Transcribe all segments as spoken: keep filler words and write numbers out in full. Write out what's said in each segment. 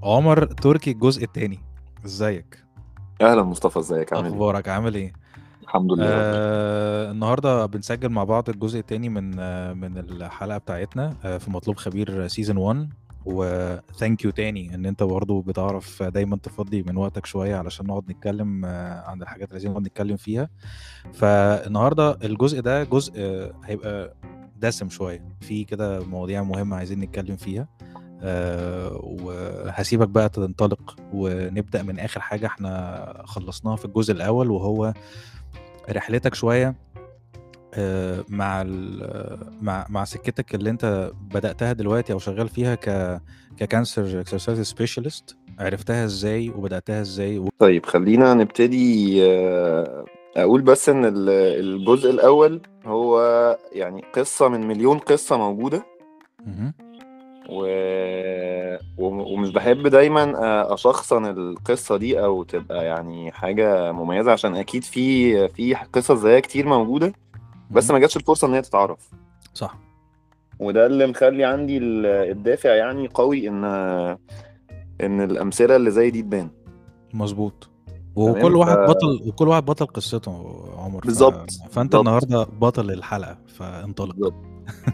عمر تركي الجزء التاني. ازيك؟ اهلا مصطفى، ازيك؟ عامل ايه؟ اخبارك؟ عامل ايه؟ الحمد لله والله. آه النهارده بنسجل مع بعض الجزء التاني من آه من الحلقه بتاعتنا آه في مطلوب خبير سيزون واحد. وثانك يو تاني ان انت برضه بتعرف دايما تفضي من وقتك شويه علشان نقعد نتكلم آه عن الحاجات اللي عايزين نقعد نتكلم فيها. فالنهارده الجزء ده جزء آه هيبقى دسم شويه، في كده مواضيع مهمه عايزين نتكلم فيها. آه وهسيبك بقى تنطلق ونبدأ من آخر حاجة احنا خلصناها في الجزء الأول، وهو رحلتك شوية آه مع مع مع سكتك اللي انت بدأتها دلوقتي او شغال فيها ك ككانسر اكسرسايز سبيشالست. عرفتها ازاي وبدأتها ازاي و... طيب خلينا نبتدي. آه، اقول بس ان ال- الجزء الاول هو يعني قصة من مليون قصة موجودة. مهم. و... وم- ومش بحب دايما آه، اشخصن القصة دي او تبقى يعني حاجة مميزة، عشان اكيد في في قصص زيها كتير موجودة، بس مهم. ما جاتش الفرصة ان هي تتعرف. صح. وده اللي مخلي عندي ال- الدافع يعني قوي ان ان الامثلة اللي زي دي تبان. مظبوط. تمام. وكل واحد بطل وكل واحد بطل قصته يا عمر. ف... فبالظبط فانت بالظبط النهارده بطل الحلقة، فانطلق. بالظبط.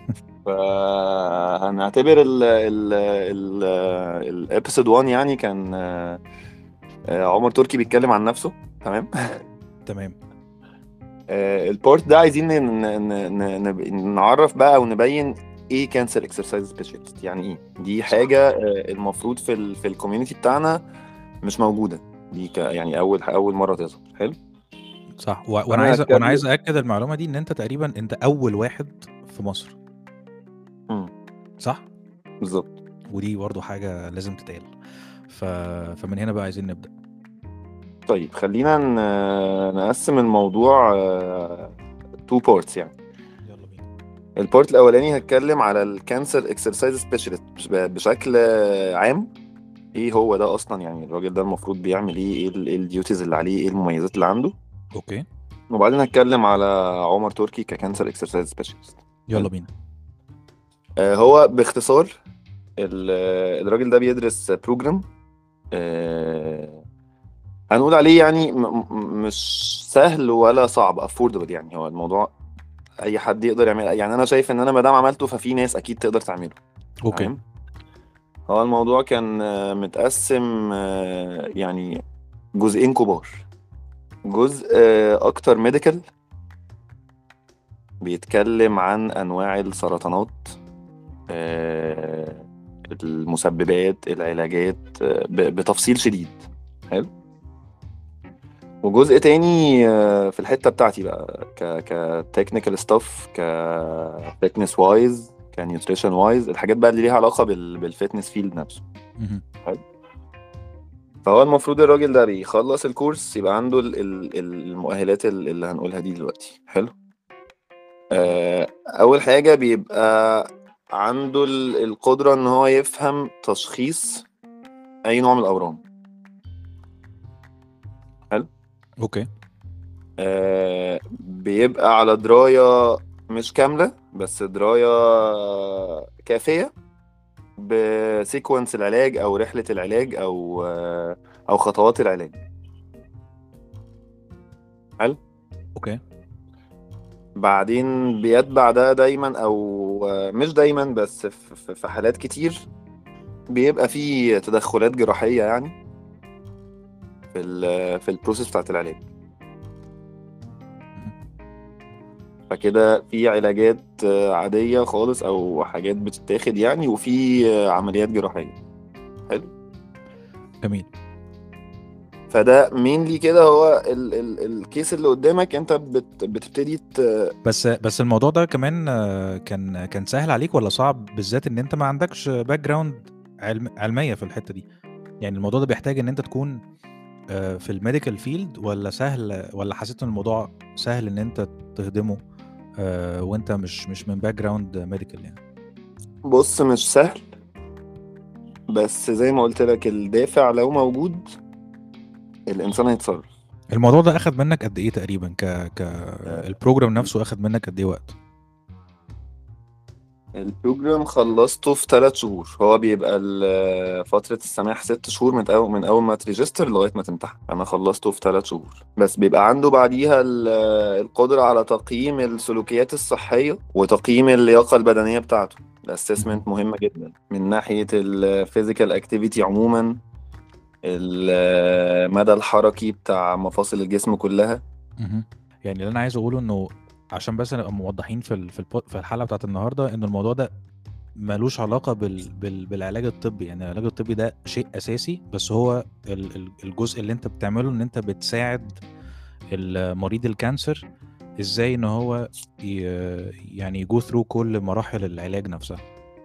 فهنعتبر ال ال ال الابيسود واحد يعني كان آه، آه، عمر تركي بيتكلم عن نفسه. تمام. تمام. آه، البارت ده عايزين ن- ن- ن- نب- نعرف بقى او نبين ايه كانسر اكسرسايز سبيشالست، يعني ايه دي صح. حاجه آه، المفروض في ال في الكوميونتي بتاعنا مش موجوده. دي ك- يعني اول اول مره تظهر. حلو. صح. و... وانا فانا عايز وانا هتكلم. عايز ااكد المعلومه دي ان انت تقريبا انت اول واحد في مصر. مم، صح. بالظبط. ودي برضو حاجه لازم تتقال. ف... فمن هنا بقى عايزين نبدا. طيب خلينا ن- نقسم الموضوع تو بارتس يعني. يلا بينا. البارت الاولاني هتكلم على الكانسر اكسرسايز سبيشالست بشكل عام. ايه هو ده اصلا؟ يعني الراجل ده المفروض بيعمل ايه؟ ايه ال- إيه الديوتيز اللي عليه؟ ايه المميزات اللي عنده؟ اوكي. وبعدين هتكلم على عمر تركي ككانسر اكسرسايز سبيشالست. يلا حلو. بينا. آه هو باختصار ال- الراجل ده بيدرس بروجرام. آه هنقول عليه يعني م- م- مش سهل ولا صعب، افوردبل. يعني هو الموضوع اي حد يقدر يعمل. يعني انا شايف ان انا ما دام عملته ففي ناس اكيد تقدر تعمله. اوكي. تمام. هو الموضوع كان آه، متقسم آه، يعني جزئين كبار. جزء آه، اكتر ميديكال، بيتكلم عن انواع السرطانات، آه، المسببات، العلاجات، آه، ب- بتفصيل شديد. حلو. وجزء تاني آه، في الحتة بتاعتي بقى ك ك technical stuff، ك fitness wise، ك nutrition wise، الحاجات بقى اللي ليها علاقة بال بالفitness field نفسه. مهم. حلو. فهو المفروض الراجل ده بيخلص الكورس يبقى عنده ال ال المؤهلات ال- اللي هنقولها دي دلوقتي. حلو. آه، أول حاجة بيبقى عنده ال- القدرة إن هو يفهم تشخيص أي نوع من الأورام. حلو. اوكي. آه، بيبقى على دراية مش كاملة، بس دراية كافية بسيكونس العلاج أو رحلة العلاج أو آه، أو خطوات العلاج. حلو. اوكي. بعدين بيتبع ده دايما أو آه، مش دايما، بس في في- في حالات كتير بيبقى فيه تدخلات جراحية يعني في ال في البروسيس بتاعت العلاج. مهم. فكده في علاجات آه، عادية خالص أو حاجات بتتاخد يعني، وفي آه، عمليات جراحية. حلو. جميل. فده مينلي كده هو ال ال الكيس اللي قدامك انت بت بتبتدي ت... بس بس الموضوع ده كمان آه، كان كان سهل عليك ولا صعب، بالذات ان انت ما عندكش باك جراوند علم علميه في الحته دي؟ يعني الموضوع ده بيحتاج ان انت تكون آه، في الميديكال فيلد، ولا سهل، ولا حسيت ان الموضوع سهل ان انت تهضمه آه، وانت مش مش من باك جراوند ميديكال يعني؟ بص، مش سهل، بس زي ما قلت لك الدافع لو موجود الانسان هيتصرف. الموضوع ده اخد منك قد ايه تقريبا؟ ك ك آه، البروجرام نفسه اخد منك قد ايه وقت؟ البروجرام خلصته في ثلاث شهور. هو بيبقى ال- فترة السماح ست شهور من أول من أول ما تريجستر لغاية ما تمتحن. أنا خلصته في ثلاث شهور، بس بيبقى عنده بعديها ال- القدرة على تقييم السلوكيات الصحية وتقييم اللياقة البدنية بتاعته. الاسسمنت مهمة جدا من ناحية الفيزيكال اكتيفيتي عموما، المدى الحركي بتاع مفاصل الجسم كلها. مهم. يعني اللي انا عايز اقوله انه عشان بس نبقى موضحين في ال- في البو- في الحلقه بتاعت النهارده، ان الموضوع ده ملوش علاقه بال بال بالعلاج الطبي. يعني العلاج الطبي ده شيء اساسي، بس هو ال- ال- الجزء اللي انت بتعمله ان انت بتساعد المريض الكانسر ازاي ان هو ي- يعني يجو ثرو كل مراحل العلاج نفسها.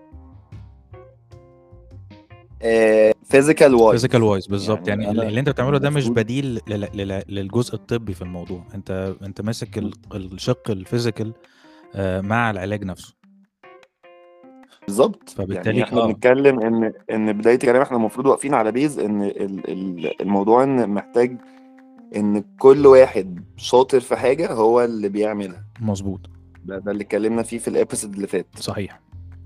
فيزيكال فيزيكال وايز وايز بالظبط. يعني يعني ال- انا اللي انت بتعمله ده مش المفروض بديل لل- لل- للجزء الطبي في الموضوع. انت انت ماسك ال- الشق الفيزيكال آه، مع العلاج نفسه. بالظبط. يعني فبالتالي احنا اه بنتكلم ان ان بدايه الكلام احنا المفروض واقفين على بيز ان ال- ال- الموضوع ان محتاج ان كل واحد شاطر في حاجه هو اللي بيعملها. مظبوط. ده, ده اللي اتكلمنا فيه في الابيسود اللي فات. صحيح.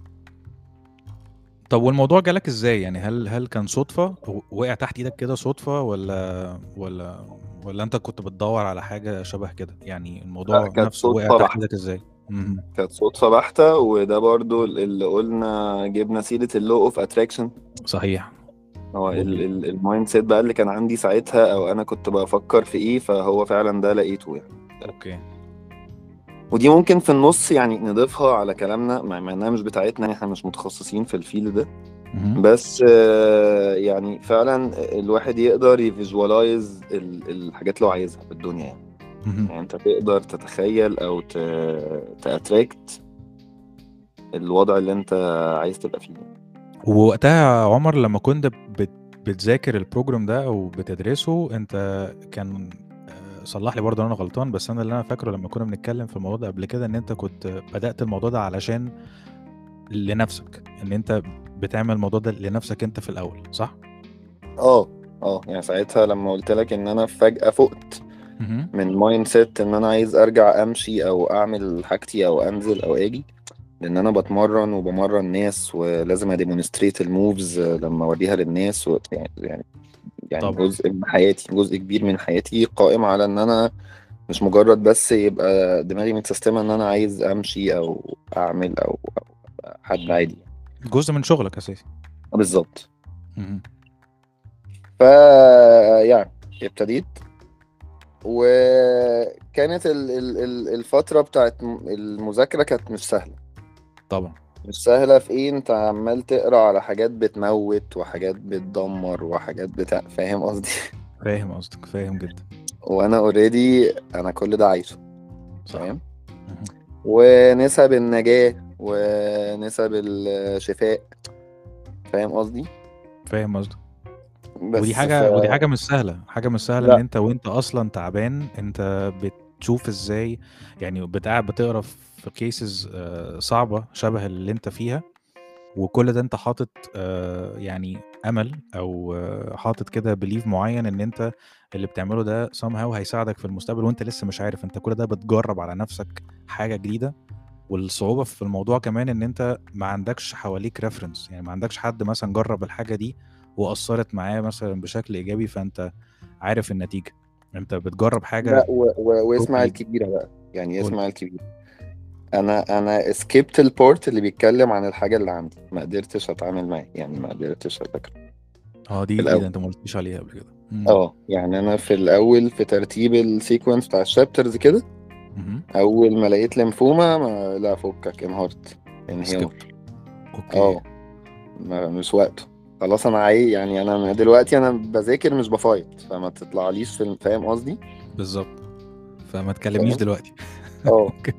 طب والموضوع جالك ازاي؟ يعني هل هل كان صدفة و- وقع تحت ايدك كده صدفة، ولا ولا ولا انت كنت بتدور على حاجة شبه كده؟ يعني لا، الموضوع كانت نفسه وقع صدفه تحت بحته. ايدك ازاي؟ امم كانت صدفه بحته، وده برضو اللي قلنا جبنا سيره اللو اوف اتراكشن. صحيح. هو ال- وال... ال- المايند سيت بقى اللي كان عندي ساعتها، او انا كنت بفكر في ايه، فهو فعلا ده لقيته يعني. اوكي. ودي ممكن في النص يعني نضيفها على كلامنا، مع مع انها مش بتاعتنا، يعني احنا مش متخصصين في الفيلد ده. مهم. بس آه، يعني فعلا الواحد يقدر يفيجوالايز الحاجات اللي هو عايزها في الدنيا يعني. مهم. يعني انت تقدر تتخيل او تاتراكت الوضع اللي انت عايز تبقى فيه. ووقتها يا عمر لما كنت بت... بتذاكر البروجرام ده او بتدرسه، انت كان آه، صلح لي برضه لو انا غلطان، بس انا اللي انا فاكره لما كنا بنتكلم في الموضوع ده قبل كده ان انت كنت بدأت الموضوع ده علشان لنفسك، ان انت بتعمل الموضوع ده لنفسك انت في الاول، صح؟ اه اه يعني ساعتها لما قلت لك ان انا فجأة فقت مهم. من مايند سيت ان انا عايز ارجع امشي او اعمل حاجتي او انزل او اجي، لان انا بتمرن وبمرن ناس ولازم اديمونستريت الموفز لما اوريها للناس و... يعني يعني يعني طبعا. جزء من حياتي، جزء كبير من حياتي قائم على ان انا مش مجرد بس يبقى دماغي متسيستمة ان انا عايز امشي او اعمل او, أو أبقى حد عادي. جزء من شغلك اساسي. بالظبط. مهم. ف يعني ابتديت، وكانت ال- ال- ال- الفترة بتاعت م- المذاكرة كانت مش سهلة. طبعا. مش سهلة في ايه؟ انت عمال تقرا على حاجات بتموت وحاجات بتدمر وحاجات بتاع، فاهم قصدي؟ فاهم قصدك، فاهم جدا. وانا اوريدي انا كل ده عايشه، صح. فاهم؟ مهم. ونسب النجاة ونسب الشفاء، فاهم قصدي؟ فاهم قصدك. ودي بس ف حاجة ودي حاجة مش سهلة، حاجة مش سهلة ان لا انت وانت اصلا تعبان انت بتشوف ازاي، يعني بتقعد بتقرا في كيسز صعبة شبه اللي انت فيها، وكل ده انت حاطط آه، يعني امل او آه، حاطط كده بليف معين ان انت اللي بتعمله ده somehow هيساعدك في المستقبل، وانت لسه مش عارف. انت كل ده بتجرب على نفسك حاجة جديدة. والصعوبة في الموضوع كمان ان انت ما عندكش حواليك ريفرنس، يعني ما عندكش حد مثلا جرب الحاجة دي وأثرت معاه مثلا بشكل إيجابي، فأنت عارف النتيجة. أنت بتجرب لا حاجة و... و... واسمع توتالي. الكبيرة بقى، يعني قول. اسمع الكبيرة. انا انا سكيبت البورت اللي بيتكلم عن الحاجة اللي عندي، ما قدرتش اتعامل معاه، يعني ما قدرتش اذاكره اه في دي جديدة، الاول. انت ما قلتليش عليها قبل كده. مم. اه يعني انا في الاول في ترتيب السيكونس بتاع الشابترز كده، مهم. اول ما لقيت ليمفوما ما لا فكك، انهارت سكيب. انهيار. اوكي. اه ما مش وقته. خلاص انا عايز يعني انا دلوقتي انا بذاكر مش بفايت، فما تطلعليش في الم- فاهم قصدي؟ بالظبط. فما تكلمنيش فاهم. دلوقتي. اه اوكي.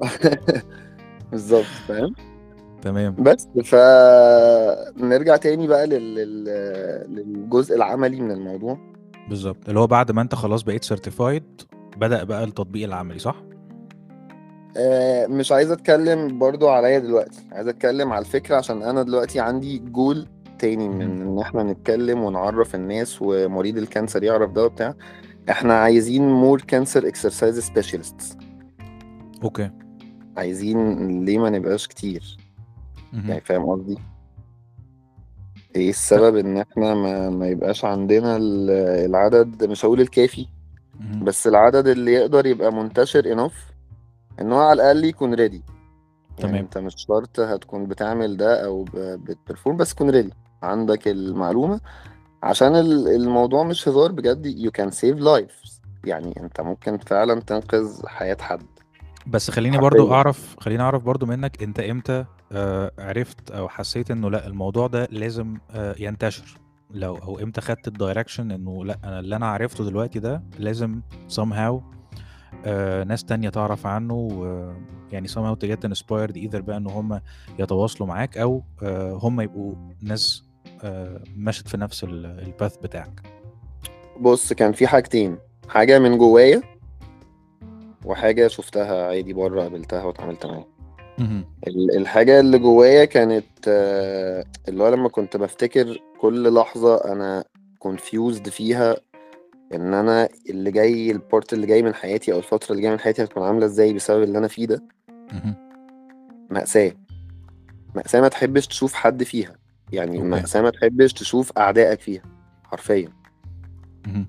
بالظبط فاهم. تمام. بس ف نرجع تاني بقى لل... لل... للجزء العملي من الموضوع. بالظبط، اللي هو بعد ما انت خلاص بقيت سيرتيفايد بدأ بقى التطبيق العملي، صح؟ آه، مش عايز اتكلم برضو عليا دلوقتي، عايز اتكلم على الفكرة، عشان انا دلوقتي عندي جول تاني من مهم. ان احنا نتكلم ونعرف الناس ومريض الكانسر يعرف ده وبتاع. احنا عايزين مور كانسر اكسرسايز سبيشالستس. اوكي. عايزين ليه ما نبقاش كتير؟ يعني مهم. فاهم قصدي؟ ايه السبب ان احنا ما, ما يبقاش عندنا ال- العدد، مش هقول الكافي، مهم. بس العدد اللي يقدر يبقى منتشر enough ان هو على الاقل يكون ريدي. يعني تمام. انت مش شرط هتكون بتعمل ده او بتبرفورم، بس تكون ريدي عندك المعلومة. عشان ال- الموضوع مش هزار بجد. you can save lives. يعني انت ممكن فعلا تنقذ حياة حد بس خليني برضو حرفيا. اعرف خليني اعرف برضو منك، انت امتى آه، عرفت او حسيت انه لا الموضوع ده لازم آه، ينتشر، لو او امتى خدت الدايركشن انه لا انا اللي انا عرفته دلوقتي ده لازم somehow آه، ناس تانية تعرف عنه، و يعني somehow to get inspired either بقى ان هم يتواصلوا معاك او آه، هم يبقوا ناس آه، مشت في نفس الباث بتاعك. بص، كان في حاجتين: حاجة من جوايا، وحاجة شفتها عادي بره قابلتها واتعاملت معاها. مهم. ال- الحاجة اللي جوايا كانت آه، اللي هو لما كنت بفتكر كل لحظة أنا confused فيها، إن أنا اللي جاي، البارت اللي جاي من حياتي أو الفترة اللي جاية من حياتي هتكون عاملة إزاي بسبب اللي أنا فيه ده. مهم. مأساة. مأساة ما تحبش تشوف حد فيها. يعني اوكي. مأساة ما تحبش تشوف أعدائك فيها حرفيا. مهم.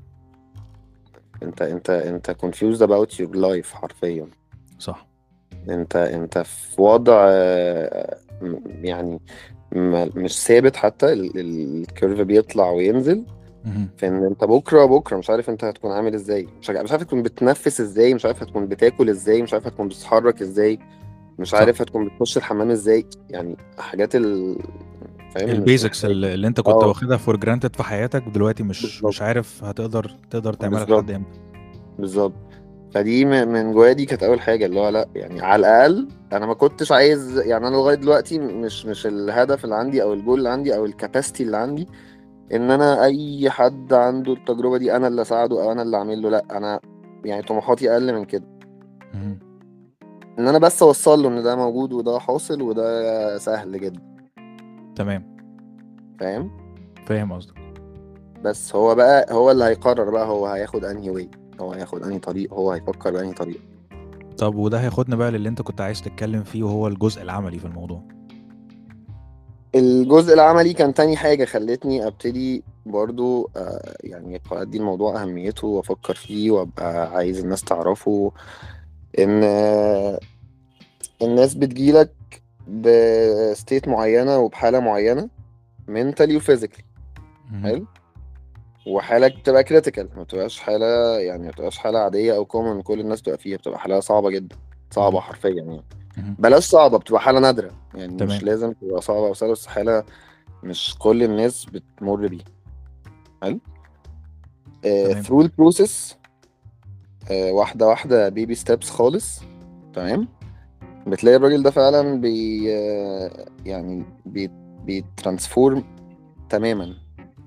أنت أنت أنت confused about your life حرفيا. صح. أنت أنت في وضع آه، م- يعني م- مش ثابت، حتى ال- ال- الكيرف بيطلع وينزل. مهم. في ان انت بكره بكره مش عارف انت هتكون عامل ازاي، مش عارف مش عارف هتكون بتنفس ازاي، مش عارف هتكون بتاكل ازاي، مش عارف هتكون بتتحرك ازاي، مش صح. عارف هتكون بتخش الحمام ازاي. يعني حاجات ال فاهم مش البيزكس محتاج. اللي اللي انت كنت اه، واخدها فور جرانتد في حياتك دلوقتي مش بالظبط. مش عارف هتقدر تقدر تعملها بالظبط. لحد امتى. بالظبط. فدي م- من جوايا دي كانت اول حاجه، اللي هو لا يعني على الاقل انا ما كنتش عايز، يعني انا لغايه دلوقتي مش مش الهدف اللي عندي او الجول اللي عندي او الكاباسيتي اللي عندي ان انا اي حد عنده التجربه دي انا اللي اساعده او انا اللي اعمل له. لا، انا يعني طموحاتي اقل من كده. مهم. ان انا بس اوصل له ان ده موجود وده حاصل وده سهل جدا. تمام. فاهم؟ فاهم قصدك. بس هو بقى هو اللي هيقرر بقى هو هياخد انهي واي، هو هياخد انهي طريق، هو هيفكر بانهي طريقه. طب وده هياخدنا بقى للي انت كنت عايز تتكلم فيه، وهو الجزء العملي في الموضوع. الجزء العملي كان تاني حاجة خلتني ابتدي برضو آه، يعني ادي الموضوع اهميته وافكر فيه وابقى عايز الناس تعرفه. ان آه، الناس بتجيلك بستيت معينة وبحالة معينة، mentally و physically. مهم. حلو. وحالك بتبقى كريتيكال، ما بتبقاش حالة، يعني ما بتبقاش حالة عادية أو كومن كل الناس بتبقى فيها، بتبقى حالة صعبة جدا. صعبة مهم. حرفيا يعني. مهم. بلاش صعبة، بتبقى حالة نادرة، يعني مش تمام. لازم تبقى صعبة أو سهلة، بس حالة مش كل الناس بتمر بيها. حلو. آه تمام. through البروسيس، آه واحدة واحدة، بيبي ستيبس خالص. تمام. بتلاقي الراجل ده فعلا بي آه يعني بي بيترانسفورم تماما.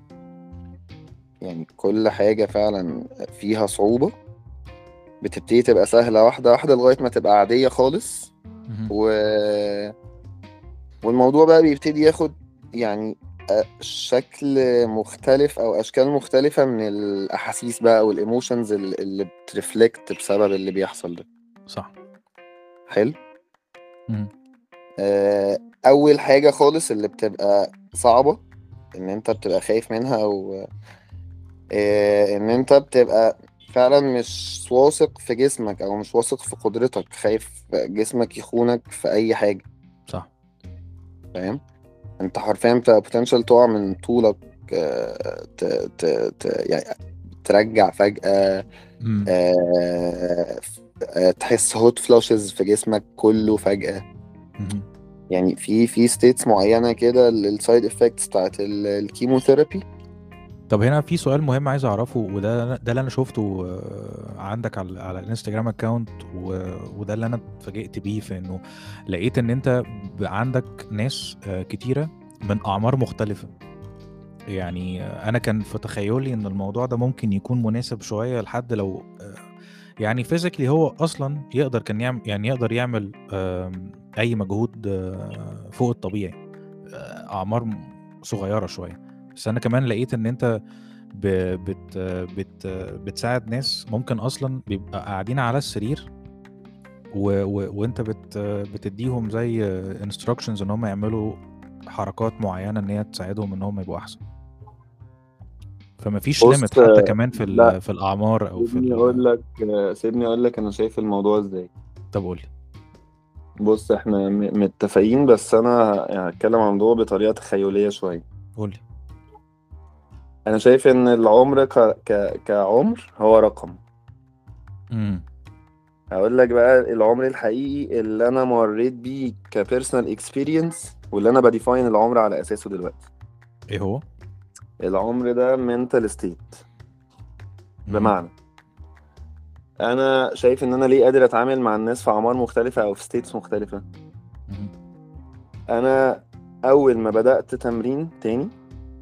يعني كل حاجة فعلا فيها صعوبة بتبتدي تبقى سهلة واحدة واحدة لغاية ما تبقى عادية خالص. مهم. و... والموضوع بقى بيبتدي ياخد يعني آه، شكل مختلف أو أشكال مختلفة من الأحاسيس بقى والإيموشنز اللي بترفلكت بسبب اللي بيحصل ده. صح. حلو. مهم. آه، أول حاجة خالص اللي بتبقى صعبة، إن أنت بتبقى خايف منها، أو آه، إن أنت بتبقى فعلا مش واثق في جسمك أو مش واثق في قدرتك، خايف جسمك يخونك في أي حاجة. صح. فاهم؟ انت حرفيا انت بوتنشال تقع من طولك، آه، ت... ت... ت... يعني ترجع فجأة. مم. آه، آه، تحس هوت فلاشز في جسمك كله فجأة. مهم. يعني في في ستيتس معينة كده، السايد افكتس بتاعت ال- الكيموثيرابي. طب هنا في سؤال مهم عايز اعرفه، وده ده اللي انا شفته آه، عندك على على الانستجرام اكونت، وده اللي انا اتفاجئت بيه في انه لقيت ان انت ب- عندك ناس آه، كتيرة من اعمار مختلفة. يعني آه، انا كان في تخيلي ان الموضوع ده ممكن يكون مناسب شوية لحد لو آه، يعني فيزيكلي هو اصلا يقدر كان يعمل يعني يقدر يعمل آم، اي مجهود آه، فوق الطبيعي، آه، اعمار م- صغيرة شوية. بس انا كمان لقيت ان انت ب... بت... بت... بتساعد ناس ممكن اصلا بيبقى قاعدين على السرير و... و... وانت بت... بتديهم زي انستراكشنز ان هم يعملوا حركات معينه ان هي تساعدهم ان هم يبقوا احسن. فما فيش ليميت بص حتى آه، كمان في لا، ال... في الاعمار او في سيبني ال... اقول لك آه، سيبني اقول لك انا شايف الموضوع ازاي. طب قول لي. بص احنا م- متفقين، بس انا يعني هتكلم عن الموضوع بطريقة تخيلية شوية. قول لي. انا شايف ان العمر ك... ك... كعمر هو رقم. امم. هقول لك بقى العمر الحقيقي اللي انا مريت بيه كبيرسونال اكسبيرينس، واللي انا بديفاين العمر على اساسه دلوقتي. ايه هو؟ العمر ده mental state. امم. بمعنى، انا شايف ان انا ليه قادر اتعامل مع الناس في اعمار مختلفة او في ستيتس مختلفة. امم. انا اول ما بدأت تمرين تاني،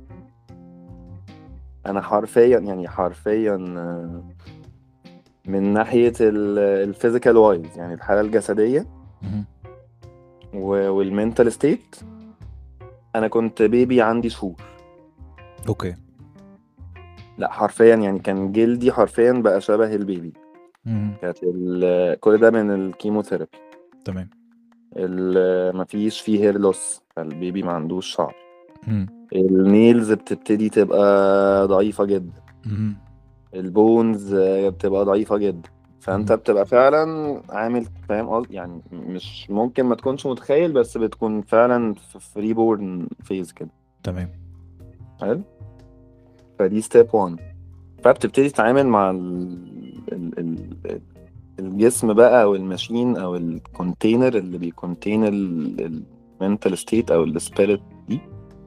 انا حرفيا يعني حرفيا آه، من ناحية الفيزيكال وايز، يعني الحالة الجسدية امم. والمنتال ستيت، انا كنت بيبي عندي شهور. اوكي. لا حرفيا يعني كان جلدي حرفيا بقى شبه البيبي. امم. كانت ال- كل ده من الكيموثيرابي. تمام. ال- مفيش فيه هير لوس، فالبيبي ما عندوش شعر. امم. النيلز بتبتدي تبقى ضعيفة جدا. امم. البونز آه، بتبقى ضعيفة جدا. فانت امم. بتبقى فعلا عامل، فاهم قصدي؟ يعني مش ممكن ما تكونش متخيل، بس بتكون فعلا في ريبورن فيز كده. تمام. حلو. فدي ستيب واحد. فبتبتدي تتعامل مع ال... ال... ال... الجسم بقى، او الماشين، او الكونتينر اللي بيكونتين المنتال ستيت او السبيريت دي،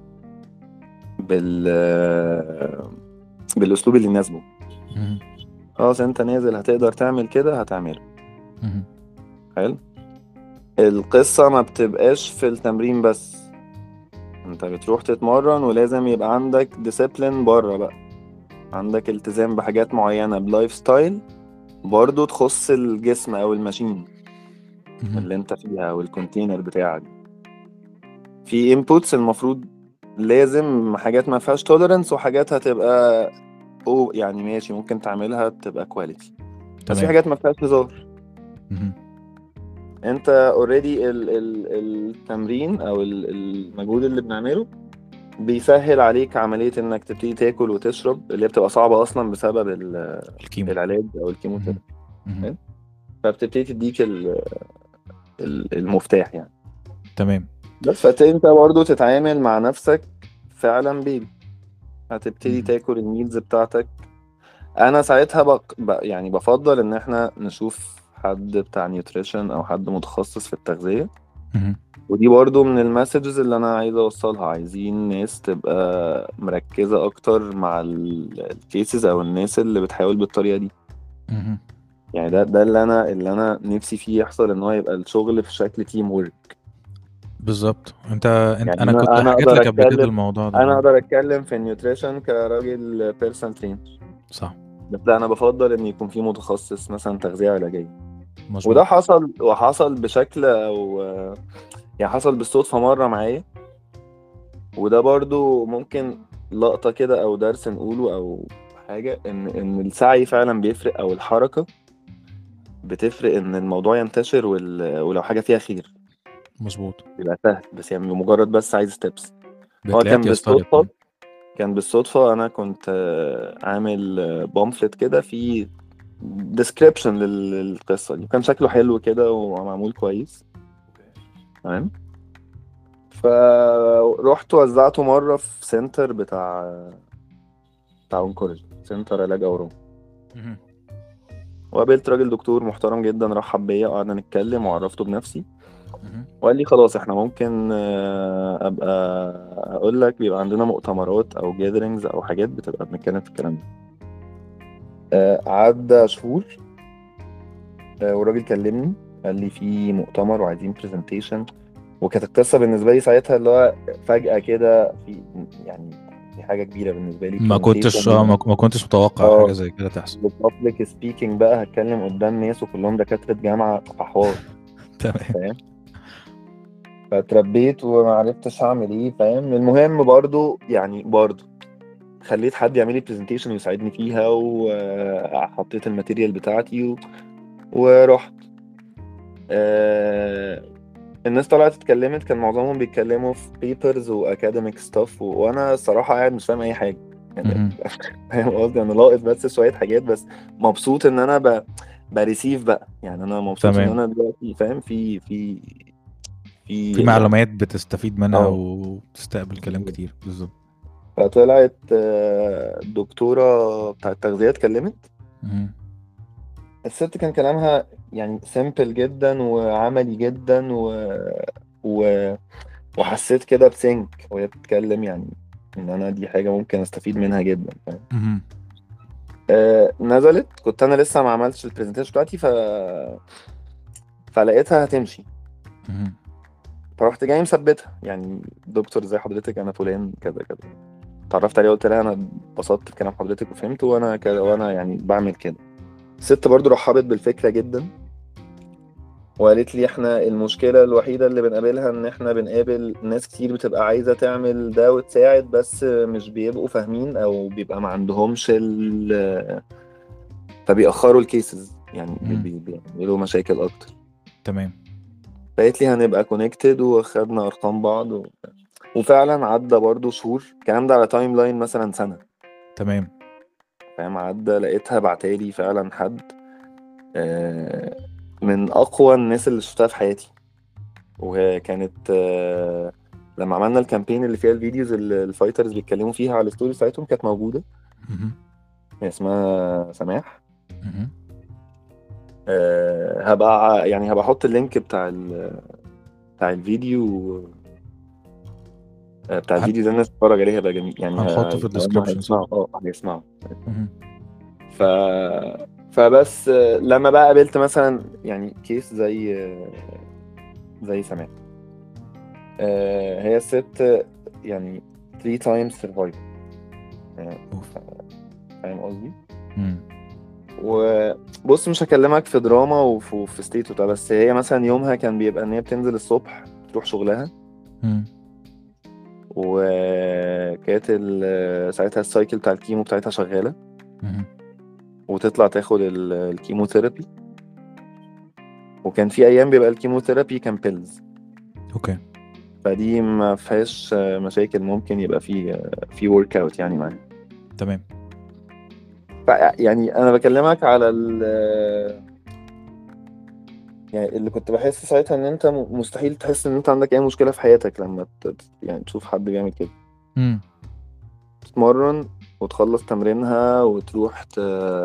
بال بالاسلوب اللي يناسبه. امم. خلاص انت نازل هتقدر تعمل كده هتعمله. امم. حلو. القصة ما بتبقاش في التمرين بس، انت بتروح تتمرن ولازم يبقى عندك ديسيبلين بره بقى. عندك التزام بحاجات معينة بلايف ستايل برضو تخص الجسم او الماشين امم. اللي انت فيها او الكونتينر بتاعك. في انبوتس المفروض لازم حاجات ما فيهاش توليرنس، وحاجات هتبقى او يعني ماشي ممكن تعملها تبقى كواليتي، بس في تمام. حاجات ما فيهاش هزار. امم. انت اوريدي ال ال التمرين او ال- المجهود اللي بنعمله بيسهل عليك عملية انك تبتدي تاكل وتشرب، اللي هي بتبقى صعبة اصلا بسبب ال- الكيمو. العلاج او امم. الكيموثيرابي. امم. حلو؟ فبتبتدي تديك ال- ال- المفتاح يعني. تمام. بس فانت برضه تتعامل مع نفسك فعلا بيبي. هتبتدي امم. تاكل الميلز بتاعتك. انا ساعتها بق... ب... يعني بفضل ان احنا نشوف حد بتاع نيوتريشن او حد متخصص في التغذية. امم. ودي برضو من المسجز اللي انا عايز اوصلها. عايزين ناس تبقى مركزة اكتر مع الكيسز او الناس اللي بتحاول بالطريقة دي. امم. يعني ده ده اللي انا اللي انا نفسي فيه يحصل، ان هو يبقى الشغل في شكل تيم وورك. بالظبط. انت انت يعني انا انا كنت انا حكيت اقدر لك قبل كده اتكلم الموضوع ده. انا اه. اقدر اتكلم في النيوتريشن كراجل بيرسونال ترينر، صح. بس لا انا بفضل ان يكون في متخصص مثلا تغذية علاجية. مظبوط. وده حصل وحصل بشكل او يعني حصل بالصدفة مرة معايا. وده برضو ممكن لقطة كده او درس نقوله او حاجة، ان ان السعي فعلا بيفرق، او الحركة بتفرق، ان الموضوع ينتشر وال... ولو حاجة فيها خير مظبوط. بيبقى سهل، بس يعني مجرد بس عايز ستيبس. هو بتلاقيها كان اتيسرت. بالصدفة كان بالصدفة انا كنت آه، عامل بامفلت كده في ديسكريبشن للقصة دي، وكان شكله حلو كده ومعمول كويس. تمام. فروحت وزعته مرة في سنتر بتاع بتاع اونكولوجي، سنتر علاج اورام. مهم. وقابلت راجل دكتور محترم جدا، رحب بيا وقعدنا نتكلم وعرفته بنفسي. مهم. وقال لي خلاص احنا ممكن آه، ابقى اقول لك بيبقى عندنا مؤتمرات او جاذرينجز او حاجات بتبقى بنتكلم في الكلام ده. آه، عدى شهور آه، والراجل كلمني قال لي في مؤتمر وعايزين برزنتيشن. وكانت القصه بالنسبه لي ساعتها اللي هو فجاه كده في يعني في حاجه كبيره بالنسبه لي، ما كنتش اه برزنتيشن. ما ما كنتش متوقع حاجة اه زي كده تحصل. بابليك سبيكينج بقى، هتكلم قدام ناس وكلهم دكاتره جامعه في حوار. تمام. فاهم؟ فاتربيت وما عرفتش اعمل ايه. فاهم؟ المهم برضو يعني برضو خليت حد يعمل لي برزنتيشن ويساعدني فيها، وحطيت الماتيريال بتاعتي و... ورحت. آه الناس طلعت اتكلمت، كان معظمهم بيتكلموا في بيبرز واكاديميك ستاف، وانا الصراحه قاعد مش فاهم اي حاجه يعني. مهم. فاهم قصدي؟ انا لاقط بس شويه حاجات بس، مبسوط ان انا ب... بريسيف بقى يعني. انا مبسوط ان تمام. انا دلوقتي فاهم في في في في يعني. معلومات بتستفيد منها اه وتستقبل كلام كتير بالظبط. فطلعت آه، الدكتوره بتاعت التغذيه اتكلمت. مهم. الست كان كلامها يعني سيمبل جدا وعملي جدا و... و... وحسيت كده بسنك وهي بتتكلم يعني، ان انا دي حاجه ممكن استفيد منها جدا فاهم. مهم. آه نزلت، كنت انا لسه ما عملتش البرزنتيشن بتاعتي ف فلقيتها هتمشي، مهم. فرحت جاي مثبتها يعني، دكتور زي حضرتك انا فلان كذا كذا. اتعرفت عليها قلت لها انا اتبسطت بكلام حضرتك وفهمت، وانا كده وانا يعني بعمل كده. الست برضو رحبت بالفكره جدا، وقالت لي احنا المشكله الوحيده اللي بنقابلها ان احنا بنقابل ناس كتير بتبقى عايزه تعمل ده وتساعد، بس مش بيبقوا فاهمين او بيبقى ما عندهمش ال فبيأخروا الكيسز يعني، بي- مهم. بي- بيعملوا مشاكل اكتر. تمام. فقالت لي هنبقى كونكتد، وخدنا ارقام بعض و... وفعلا عدى برضو شهور، الكلام ده على تايم لاين مثلا سنة. تمام. فاهم؟ عدى لقيتها بعتالي فعلا حد آه، من أقوى الناس اللي شفتها في حياتي. وهي كانت آه، لما عملنا الكامبين اللي فيها الفيديوز اللي الفايترز بيتكلموا فيها على الستوري بتاعتهم، كانت موجودة. مهم. هي اسمها سماح. مهم. آه، هبقى يعني هبقى احط اللينك بتاع ال... بتاع الفيديو آه، بتاع ه- الفيديو ده، الناس تتفرج عليه هيبقى جميل يعني. هنحطه ه- في هم الديسكريبشن صح؟ هيسمعوا اه هيسمعوا. مهم. ف فبس آه، لما بقى قابلت مثلا يعني كيس زي آه، زي سماح، آه، هي الست آه، يعني three times survivor يعني. اوف. فاهم قصدي؟ مم. وبص مش هكلمك في دراما وفي, وفي ستيت وبتاع، بس هي مثلا يومها كان بيبقى ان هي بتنزل الصبح تروح شغلها، مم. وكانت ال- ساعتها السايكل بتاع الكيمو بتاعتها شغالة، مهم. وتطلع تاخد ال- الكيموثيرابي. وكان في ايام بيبقى الكيموثيرابي كان بيلز، اوكي. فدي ما فيهاش مشاكل، ممكن يبقى في في ورك اوت يعني معاها. تمام. ف- يعني انا بكلمك على ال يعني اللي كنت بحس ساعتها ان انت م- مستحيل تحس ان انت عندك اي مشكلة في حياتك لما ت- يعني تشوف حد بيعمل كده. مم. تتمرن وتخلص تمرينها وتروح ت...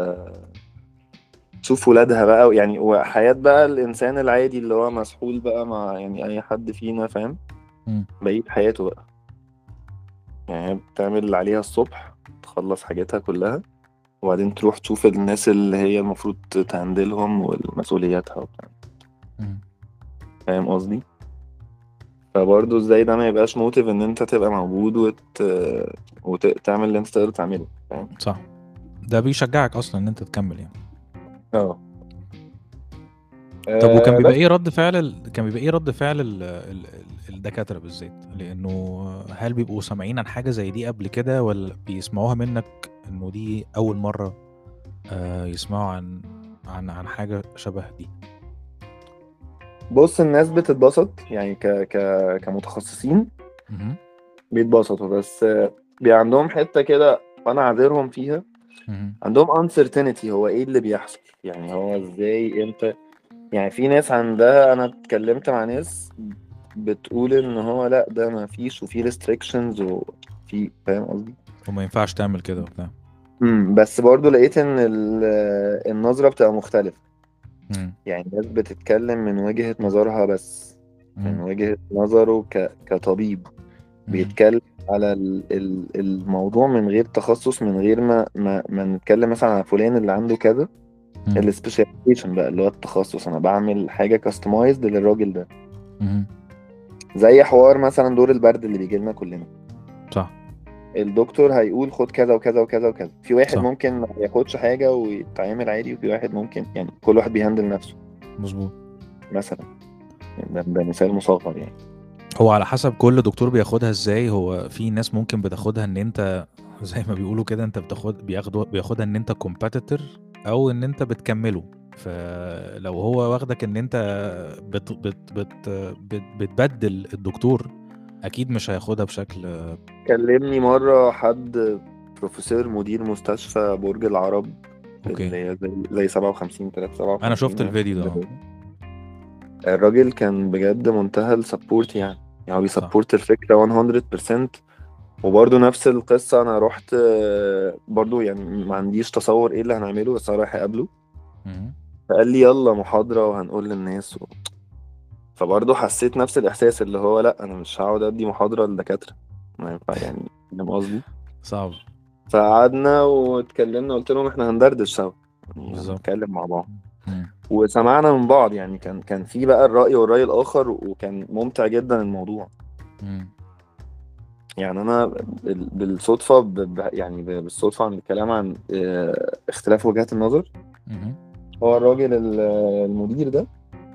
تشوف ولادها بقى يعني، وحياة بقى الإنسان العادي اللي هو مسحول بقى مع يعني أي حد فينا فاهم، مم. بقية حياته بقى. يعني هي بتعمل اللي عليها الصبح، تخلص حاجاتها كلها، وبعدين تروح تشوف الناس اللي هي المفروض تهندلهم والمسؤولياتها وبتاع. مم. فاهم قصدي؟ فبرضه ازاي ده ما يبقاش موتيف ان انت تبقى موجود وت... وتعمل اللي انت تقدر تعمله فاهم؟ صح. ده بيشجعك اصلا ان انت تكمل يعني. اه طب وكان آه، بيبقى بس ايه رد فعل ال... كان بيبقى ايه رد فعل ال... ال... ال- الدكاترة بالذات، لانه هل بيبقوا سامعين عن حاجة زي دي قبل كده ولا بيسمعوها منك انه دي اول مرة آه يسمعوا عن عن عن حاجة شبه دي؟ بص الناس بتتبسط يعني ك... ك... كمتخصصين مهم. بيتبسطوا، بس آه، بيبقى عندهم حتة كده وانا عاذرهم فيها. مهم. عندهم uncertainty، هو ايه اللي بيحصل يعني، هو ازاي انت يعني. في ناس عندها، انا اتكلمت مع ناس بتقول ان هو لا ده ما فيش، وفي restrictions وفي فاهم قصدي. وما ينفعش تعمل كده وبتاع. امم بس برضو لقيت ان ال- النظرة بتبقى مختلفة. مم. يعني الناس بتتكلم من وجهة نظرها بس، من مم. وجهة نظره ك... كطبيب، مم. بيتكلم على ال- ال- الموضوع من غير تخصص، من غير ما ما, ما نتكلم مثلا على فلان اللي عنده كذا. مم. السبيشاليزيشن بقى اللي هو التخصص، انا بعمل حاجة كاستمايزد للراجل ده. مم. زي حوار مثلا دور البرد اللي بيجي لنا كلنا، صح. الدكتور هيقول خد كذا وكذا وكذا وكذا. في واحد صح. ممكن ما ياخدش حاجة ويتعامل عادي، وفي واحد ممكن يعني كل واحد بيهندل نفسه مظبوط. مثلا. يعني ده, ده مثال مصغر يعني. هو على حسب كل دكتور بياخدها ازاي. هو في ناس ممكن بتاخدها ان انت زي ما بيقولوا كده، انت بتاخد بياخدوا بياخدها ان انت كومبيتيتور او ان انت بتكمله. فلو هو واخدك ان انت بت بت بت بت بتبدل الدكتور، اكيد مش هياخدها بشكل. كلمني مرة حد بروفيسور مدير مستشفى برج العرب اوكي، اللي هي زي زي سبعة وخمسين تلاتة سبعة انا وخمسين شفت هنا في الفيديو ده. اه اسكندرية. الراجل كان بجد منتهى السبورت يعني، يعني هو صح. بيسبورت الفكرة مية بالمية. وبرضه نفس القصة، أنا رحت آه، برضه يعني ما عنديش تصور إيه اللي هنعمله، بس أنا رايح أقابله. مهم. فقال لي يلا محاضرة وهنقول للناس و... فبرضه حسيت نفس الإحساس اللي هو لأ، أنا مش هقعد أدي محاضرة للدكاترة، ما ينفع يعني، فاهم قصدي؟ صعب. فقعدنا واتكلمنا، قلت لهم إحنا هندردش سوا، يعني بالظبط. هنتكلم مع بعض مم. وسمعنا من بعض. يعني كان كان في بقى الرأي والرأي الآخر، وكان ممتع جدا الموضوع. مم. يعني أنا بال- بالصدفة ب... ب- يعني ب- بالصدفة عن الكلام عن آه، اختلاف وجهات النظر، مهم. هو الراجل ال- المدير ده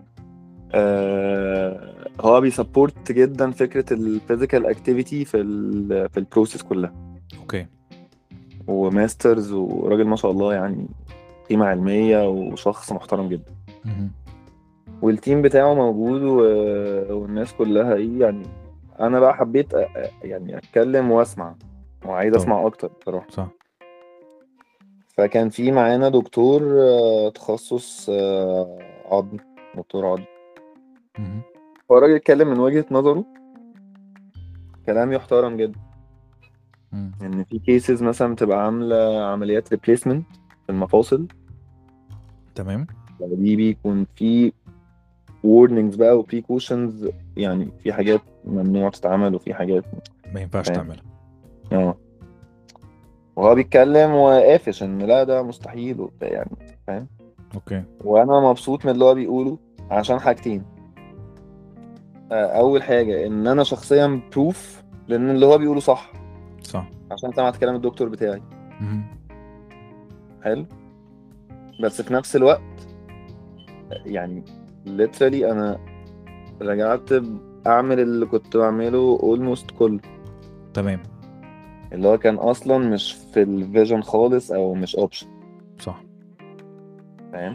آه، هو بيسبورت جدا فكرة الفيزيكال اكتيفيتي في ال في البروسيس كلها، اوكي. وماسترز، وراجل ما شاء الله يعني، قيمة علمية وشخص محترم جدا. مهم. والتيم بتاعه موجود و... والناس كلها ايه يعني. انا بقى حبيت أ... أ- يعني اتكلم واسمع، وعايز طب اسمع اكتر بصراحة. صح. فكان في معانا دكتور آه، تخصص آه، عظم، دكتور عظم. مهم. هو الراجل اتكلم من وجهة نظره، كلام يحترم جدا. مم. ان في كيسز مثلا بتبقى عامله عمليات ريبليسمنت في المفاصل، تمام. دي بيكون في warnings بقى و precautions، يعني في حاجات ممنوع تتعمل وفي حاجات، ما ينفعش فاهم؟ تعملها. اه. وهو بيتكلم وقافش ان لا ده مستحيل وبتاع يعني، فاهم؟ اوكي. وانا مبسوط من اللي هو بيقوله عشان حاجتين. آه، اول حاجه ان انا شخصيا بروف لان اللي هو بيقوله صح، صح. عشان سمعت كلام الدكتور بتاعي. مهم. حلو. بس في نفس الوقت يعني literally انا رجعت اعمل اللي كنت بعمله almost كله، تمام. اللي هو كان اصلا مش في الفيجن خالص او مش اوبشن، صح. فاهم؟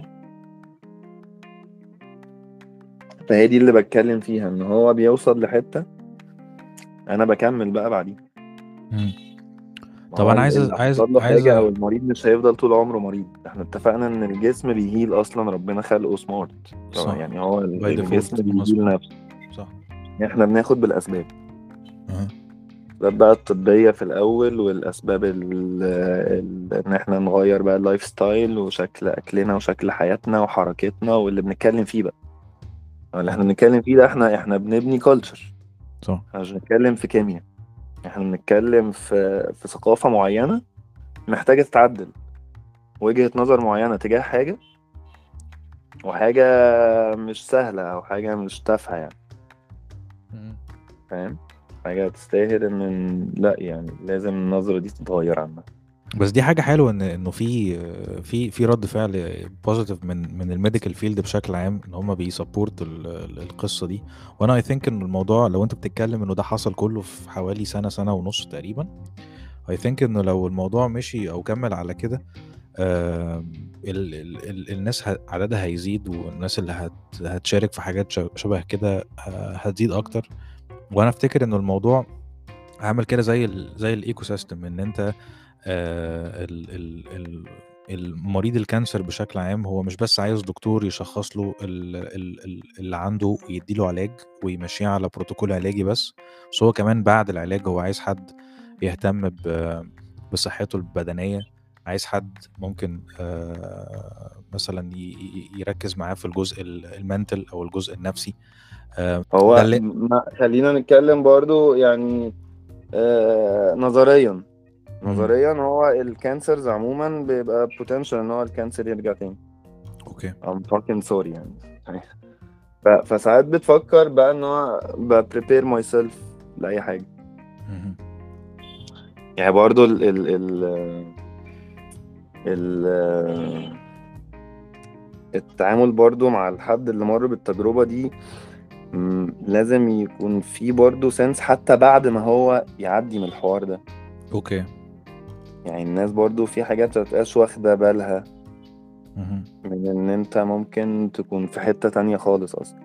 فهي دي اللي بتكلم فيها، ان هو بيوصل لحتة انا بكمل بقى بعدين. مم. ما طب هو انا عايز اللي عايز حصل له عايز حاجة او المريض مش هيفضل طول عمره مريض. احنا اتفقنا ان الجسم بيهيل اصلا، ربنا خلقه سمارت، صح. يعني هو باي الجسم ديفولت بيهيل مظبوط. نفسه. صح. احنا بناخد بالاسباب، أه. الأسباب بقى الطبية في الأول، والأسباب ال- ال- إن إحنا نغير بقى اللايف ستايل وشكل أكلنا وشكل حياتنا وحركتنا، واللي بنتكلم فيه بقى اللي إحنا بنتكلم فيه ده، إحنا إحنا بنبني كلتشر. صح. إحنا مش بنتكلم في كيمياء، إحنا بنتكلم في في ثقافة معينة محتاجة تتعدل، وجهة نظر معينة تجاه حاجة، وحاجة مش سهلة أو حاجة مش تافهة يعني، مم. فاهم؟ حاجة تستاهل إن لأ، يعني لازم النظرة دي تتغير عنها. بس دي حاجة حلوة ان انه في في في رد فعل بوزيتيف من من الميديكال فيلد بشكل عام، ان هم بيسبورت القصة دي. وانا اي ثينك ان الموضوع لو انت بتتكلم انه ده حصل كله في حوالي سنة سنة ونص تقريبا، اي ثينك انه لو الموضوع مشي او كمل على كده، آه ال ال ال الناس ه- عددها هيزيد، والناس اللي هت هتشارك في حاجات ش- شبه كده آه هتزيد اكتر. وانا افتكر انه الموضوع عامل كده زي ال زي الايكو سيستم، ان انت آه، ال ال ال المريض الكانسر بشكل عام هو مش بس عايز دكتور يشخص له ال ال ال اللي عنده ويديله علاج ويمشيه على بروتوكول علاجي بس، بس هو كمان بعد العلاج هو عايز حد يهتم ب- بصحته البدنية، عايز حد ممكن آه، مثلا ي- ي- يركز معاه في الجزء المنتل او الجزء النفسي. آه، ده هو اللي ما خلينا نتكلم برضو يعني آه نظريا، مم. نظريا هو الكانسرز عموما بيبقى potential ان هو الكانسر يرجع تاني. اوكي. I'm fucking sorry يعني. ف- فساعات بتفكر بقى ان هو ب prepare myself لأي حاجة. مهم. يعني برضو ال ال ال ال التعامل برضو مع الحد اللي مر بالتجربة دي، م، لازم يكون في برضو سنس حتى بعد ما هو يعدي من الحوار ده. اوكي. يعني الناس برضو في حاجات متبقاش واخدة بالها، مهم. من ان انت ممكن تكون في حتة تانية خالص اصلا،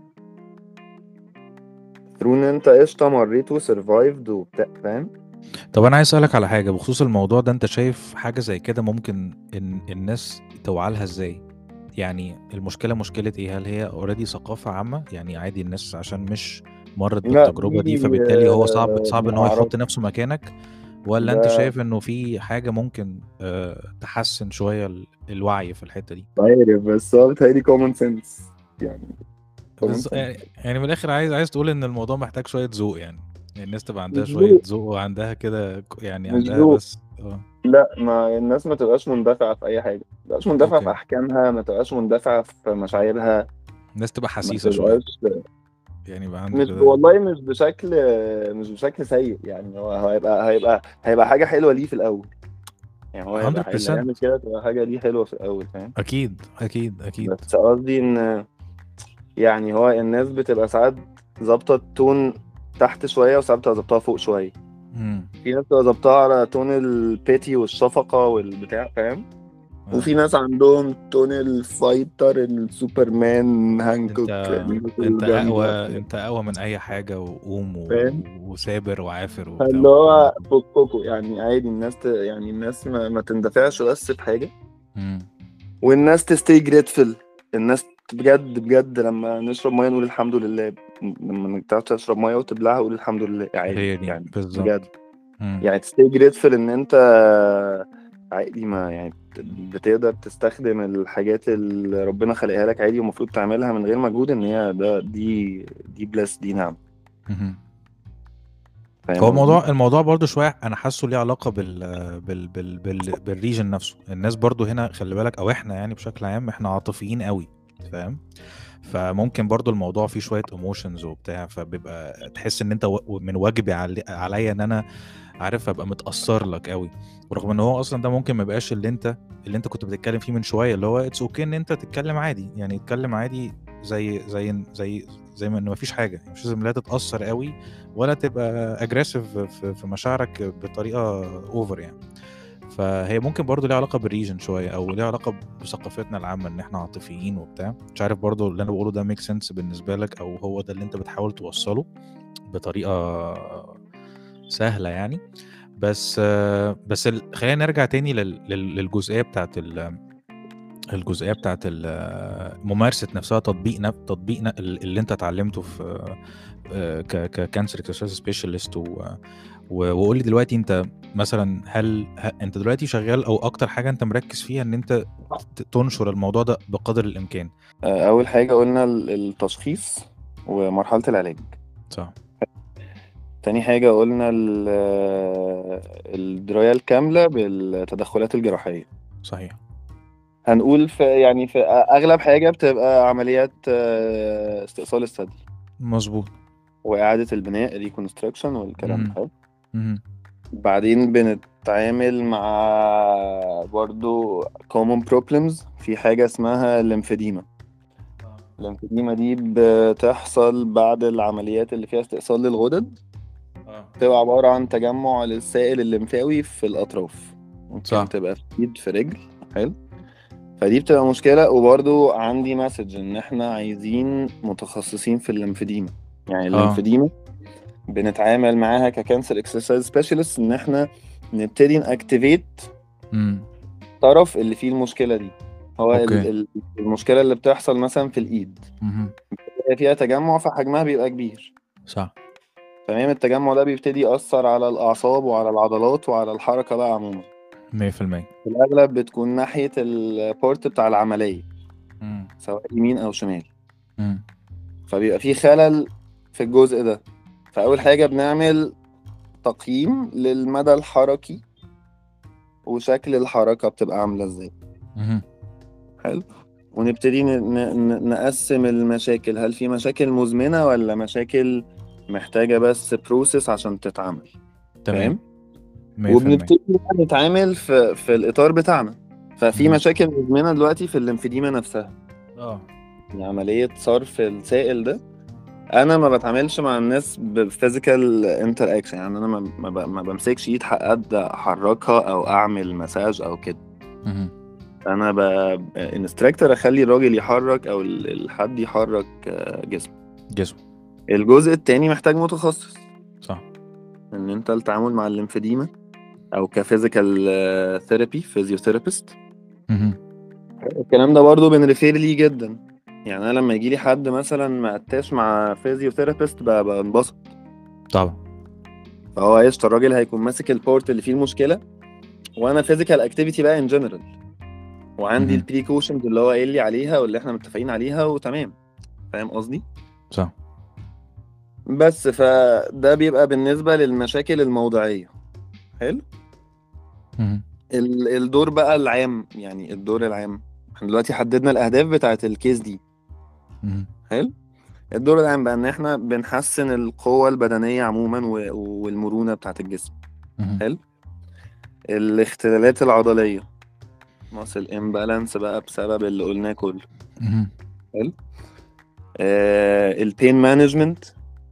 ثرو ان انت قشطة مريت وسرفايفد وبتاع، فاهم؟ طب انا عايز اسالك على حاجه بخصوص الموضوع ده. انت شايف حاجه زي كده ممكن ان الناس توعى لها ازاي؟ يعني المشكله مشكله ايه؟ هل هي اوريدي ثقافه عامه، يعني عادي الناس عشان مش مرت لا بالتجربه دي دي فبالتالي هو صعب آه، صعب ما ان هو يحط اعرفش. نفسه مكانك؟ ولا انت ده شايف انه في حاجه ممكن آه، تحسن شويه ال- الوعي في الحته دي؟ عارف، بس هو بيتهيألي common sense يعني. common بز... sense يعني من الاخر عايز عايز تقول ان الموضوع محتاج شويه ذوق يعني. يعني الناس تبقى عندها مش شويه ذوق، ذوق وعندها كده ك- يعني مش عندها ذوق. بس اه. لا، ما الناس ما تبقاش مندفعة في أي حاجة، ما تبقاش مندفعة في اوكي. أحكامها، ما تبقاش مندفعة في مشاعرها، الناس تبقى ما حسيسه شويه، تبقاش. يعني يبقى عنده مش كده. والله مش بشكل مش بشكل سيء يعني، هو هو هيبقى هيبقى هيبقى حاجة حلوة ليه في الأول. يعني هو هيبقى حاجة، اللي مية بالمية. هيعمل كده تبقى حاجة ليه حلوة في الأول، فاهم؟ اكيد اكيد اكيد. بس قصدي إن يعني هو الناس بتبقى ساعات ظابطة التون تحت شوية، وساعات بتبقى ظابطها فوق شوية. امم. في ناس بتبقى ظابطها على تون البيتي والشفقة والبتاع، فاهم؟ اه. وفي ناس عندهم تون الفايتر السوبرمان انت هانكوك، الناس انت اقوى الجامدة، انت اقوى من اي حاجه، وقوم فاهم؟ و... وثابر وعافر وبتاع اللي والكلام ده هو كله. فككوا يعني، عادي الناس ت... يعني الناس ما, ما تندفعش بس بحاجة، امم. والناس تستي جريتفل. الناس بجد بجد لما نشرب ميه نقول الحمد لله، لما تعرف تشرب ميه وتبلعها قول الحمد لله عادي هي دي يعني، بجد. بالظبط. امم. يعني تستي جريتفل ان انت عادي، ما يعني بتقدر تستخدم الحاجات اللي ربنا خلقها لك عادي، ومفروض تعملها من غير مجهود، ان هي ده دي دي بلس، دي نعم. مهم. فاهم هو قصدي؟ الموضوع الموضوع برضو شويه انا حاسه ليه علاقه بال بال بال بال بالريجن نفسه. الناس برضو هنا خلي بالك، او احنا يعني بشكل عام احنا عاطفيين قوي، فاهم؟ فممكن برضو الموضوع فيه شويه ايموشنز وبتاع، فبيبقى تحس ان انت و- من واجبي علي- عليا ان انا عارف ابقى متاثر لك قوي. ورغم ان هو اصلا ده ممكن ما يبقاش اللي انت اللي انت كنت بتتكلم فيه من شويه، اللي هو اتس اوكي ان انت تتكلم عادي، يعني تتكلم عادي زي زي زي زي ما انه مفيش حاجه، مش لازم لا تتاثر قوي ولا تبقى اجريسيف في في مشاعرك بطريقه اوفر يعني. فهي ممكن برضو ليها علاقه بالريجن شويه، او ليها علاقه بثقافتنا العامه ان احنا عاطفيين وبتاع. مش عارف برضو اللي انا بقوله ده ميك سنس بالنسبه لك، او هو ده اللي انت بتحاول توصله بطريقه سهله يعني. بس آه، بس ال... خلينا نرجع تاني لل... لل- للجزئيه بتاعت ال... الجزئيه بتاعت ال- ممارسه نفسها، تطبيق نف... تطبيق ن... اللي انت اتعلمته في آه، ك ككانسر اكسرسايز سبيشالست. و... و... وقول لي دلوقتي انت مثلا، هل ه... انت دلوقتي شغال او اكتر حاجه انت مركز فيها ان انت ت- تنشر الموضوع ده بقدر الامكان؟ آه، أول حاجة قلنا ال- التشخيص ومرحلة العلاج. صح. تاني حاجة قلنا ال- آه، الدراية الكاملة بالتدخلات الجراحية. صحيح. هنقول في يعني في أغلب حاجة بتبقى عمليات آه، استئصال الثدي مظبوط. وإعادة البناء ريكونستراكشن والكلام ده، مهم. حلو. مهم. بعدين بنتعامل مع برضو common problems في حاجة اسمها الليمفedema. الليمفedema دي بتحصل بعد العمليات اللي فيها استئصال للغدد، اه. بتبقى عبارة عن تجمع للسائل الليمفاوي في الأطراف، ممكن صح. تبقى في إيد، في رجل، حلو. فدي بتبقى مشكلة. وبرضو عندي مسج إن إحنا عايزين متخصصين في الليمفedema. يعني اه. الليمفedema بنتعامل معاها ككانسر اكسرسايز سبيشالست، ان احنا نبتدي ناكتيفيت امم. الطرف اللي فيه المشكله دي. هو ال- اوكي. ال- المشكله اللي بتحصل مثلا في الايد، مهم. هي فيها تجمع فحجمها بيبقى كبير. صح. تمام، التجمع ده بيبتدي يأثر على الأعصاب وعلى العضلات وعلى الحركة بقى عموما. مية في المية. في الأغلب بتكون ناحية البورت بتاع العملية، امم. سواء يمين أو شمال. امم. فبيبقى في خلل في الجزء ده. فأول حاجة بنعمل تقييم للمدى الحركي وشكل الحركة بتبقى عاملة ازاي، مهم. حلو. ونبتدي ن- ن- ن- نقسم المشاكل، هل في مشاكل مزمنة ولا مشاكل محتاجة بس بروسيس عشان تتعمل، تمام. فاهم؟ مية في المية. وبنبتدي بقى نتعامل في في الإطار بتاعنا. ففي مهم. مشاكل مزمنة دلوقتي في الليمفedema نفسها، اه. يعني عملية صرف السائل ده. أنا ما بتعاملش مع الناس بفيزيكال انتر اكشن، يعني أنا ما ما ب- ما بمسكش إيد حد أحركها أو أعمل مساج أو كده. مهم. انا بقى انستراكتور اخلي الراجل يحرك او ال- الحد يحرك آه، جسمه. جسم. الجزء التاني محتاج متخصص، صح. ان انت التعامل مع الليمفedema او كفيزيكال ثيرابي فيزيوثيرابيست. مهم. الكلام ده برضو بنريفير ليه جدا. يعني انا لما يجي لي حد مثلا ما قتاش مع فيزيوثيرابيست بنبسط. طبعا. فهو قشطه، الراجل هيكون ماسك البورت اللي فيه المشكله، وانا فيزيكال اكتيفيتي بقى ان جنرال، وعندي مهم. البريكوشنز اللي هو قايل لي عليها واللي احنا متفقين عليها وتمام. فاهم قصدي؟ صح. بس فده بيبقى بالنسبه للمشاكل الموضعيه. حلو. مهم. ال- الدور بقى العام، يعني الدور العام، احنا دلوقتي حددنا الاهداف بتاعت الكيس دي. مهم. حلو. الدور العام بقى ان احنا بنحسن القوة البدنية عموما و- والمرونة بتاعت الجسم. مهم. حلو. الاختلالات العضلية، muscle imbalance بقى بسبب اللي قلناه كله. مهم. حلو. آه البين مانجمنت،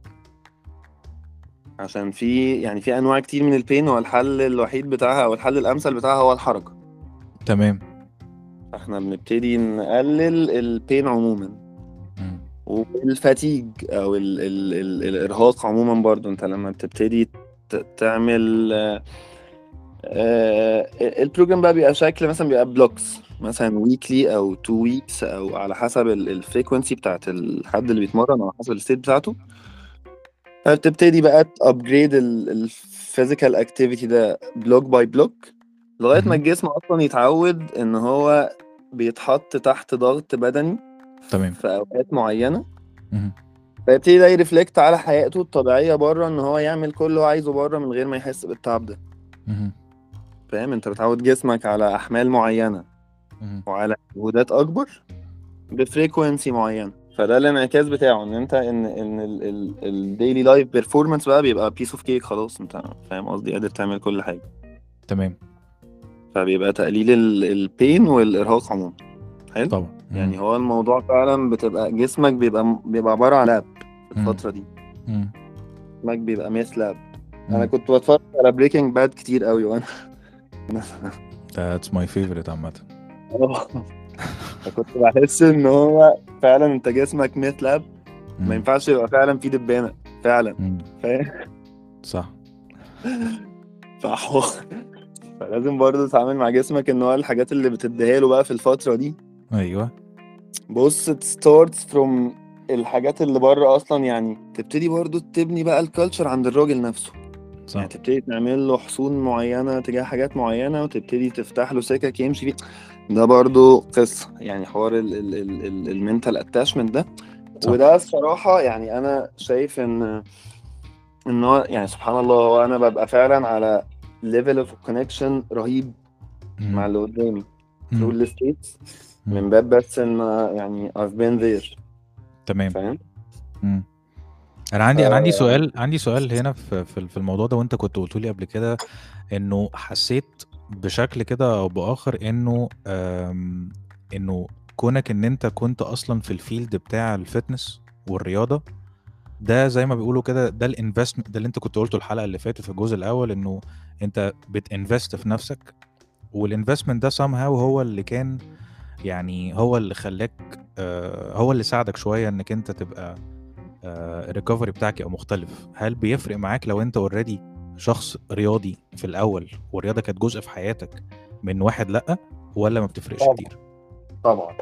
عشان في يعني في انواع كتير من البين، هو الحل الوحيد بتاعها او الحل الامثل بتاعها هو الحركة. تمام. احنا بنبتدي نقلل البين عموما. مهم. والفاتيج او ال ال ال الارهاق عموما برضو، انت لما بتبتدي ت- تعمل آه، آه، البروجرام بقى بيبقى شكل مثلا بيبقى بلوكس، مثلا ويكلي او تو ويكس او على حسب الفريكونسي بتاعت الحد اللي بيتمرن او على حسب الستيت بتاعته. فبتبتدي بقى تابجريد الفيزيكال اكتيفيتي ده بلوك باي بلوك، لغايه ما مهم. الجسم اصلا يتعود ان هو بيتحط تحت ضغط بدني تمام. في اوقات معينه. مهم. فيبتدي ده يرفلكت على حياته الطبيعيه بره، ان هو يعمل كل اللي هو عايزه بره من غير ما يحس بالتعب ده. مهم. فاهم؟ انت بتعود جسمك على احمال معينه مهم. وعلى مجهودات اكبر بفريكوينسي معينه. فده الانعكاس بتاعه، ان انت ان ان الديلي لايف بيرفورمانس بقى بيبقى بيس اوف كيك خلاص. انت فاهم قصدي؟ قادر تعمل كل حاجه. تمام. فبيبقى تقليل البين والارهاق عموما. حلو. طبعا. مهم. يعني هو الموضوع فعلا بتبقى جسمك بيبقى بيبقى عباره عن لاب في مهم. الفتره دي. مهم. جسمك بيبقى ميث لاب. انا مهم. كنت بتفرج على بريكنج باد كتير قوي وانا That's my favorite عامة. اه فكنت بحس ان هو فعلا انت جسمك ميث لاب، ما مم. ينفعش يبقى فعلا في دبانه فعلا. مم. فاهم؟ صح. فحو- فلازم برضه تتعامل مع جسمك ان هو الحاجات اللي بتديها له بقى في الفتره دي. ايوه. بص it starts from الحاجات اللي بره اصلا، يعني تبتدي برضه تبني بقى الكالتشر عند الراجل نفسه. صح. يعني تبتدي تعمل له حصون معينه تجاه حاجات معينه، وتبتدي تفتح له سكك يمشي فيه. ده برضه قصه، يعني حوار المنتال اتاشمنت ده. صح. وده الصراحه يعني انا شايف ان ان هو يعني سبحان الله، هو انا ببقى فعلا على ليفل اوف كونكشن رهيب مع مم. اللي قدامي through مم. the states، مم. من باب بس ان يعني I've been there. تمام. فاهم؟ مم. انا عندي انا عندي ف- سؤال عندي سؤال هنا في في في الموضوع ده، وانت كنت قلت لي قبل كده انه حسيت بشكل كده او باخر انه آم، انه كونك ان انت كنت اصلا في الفيلد بتاع الفتنس والرياضه، ده زي ما بيقولوا كده، ده الانفستمنت ده اللي انت كنت قلته الحلقه اللي فاتت في الجزء الاول، انه انت بتنفست في نفسك، والانفستمنت ده somehow هو اللي كان يعني هو اللي خلاك آه، هو اللي ساعدك شويه انك انت تبقى الريكفري بتاعك يبقى مختلف. هل بيفرق معاك لو انت اوريدي شخص رياضي في الاول والرياضه كانت جزء في حياتك من واحد لا، ولا ما بتفرقش طبعا كتير؟ طبعا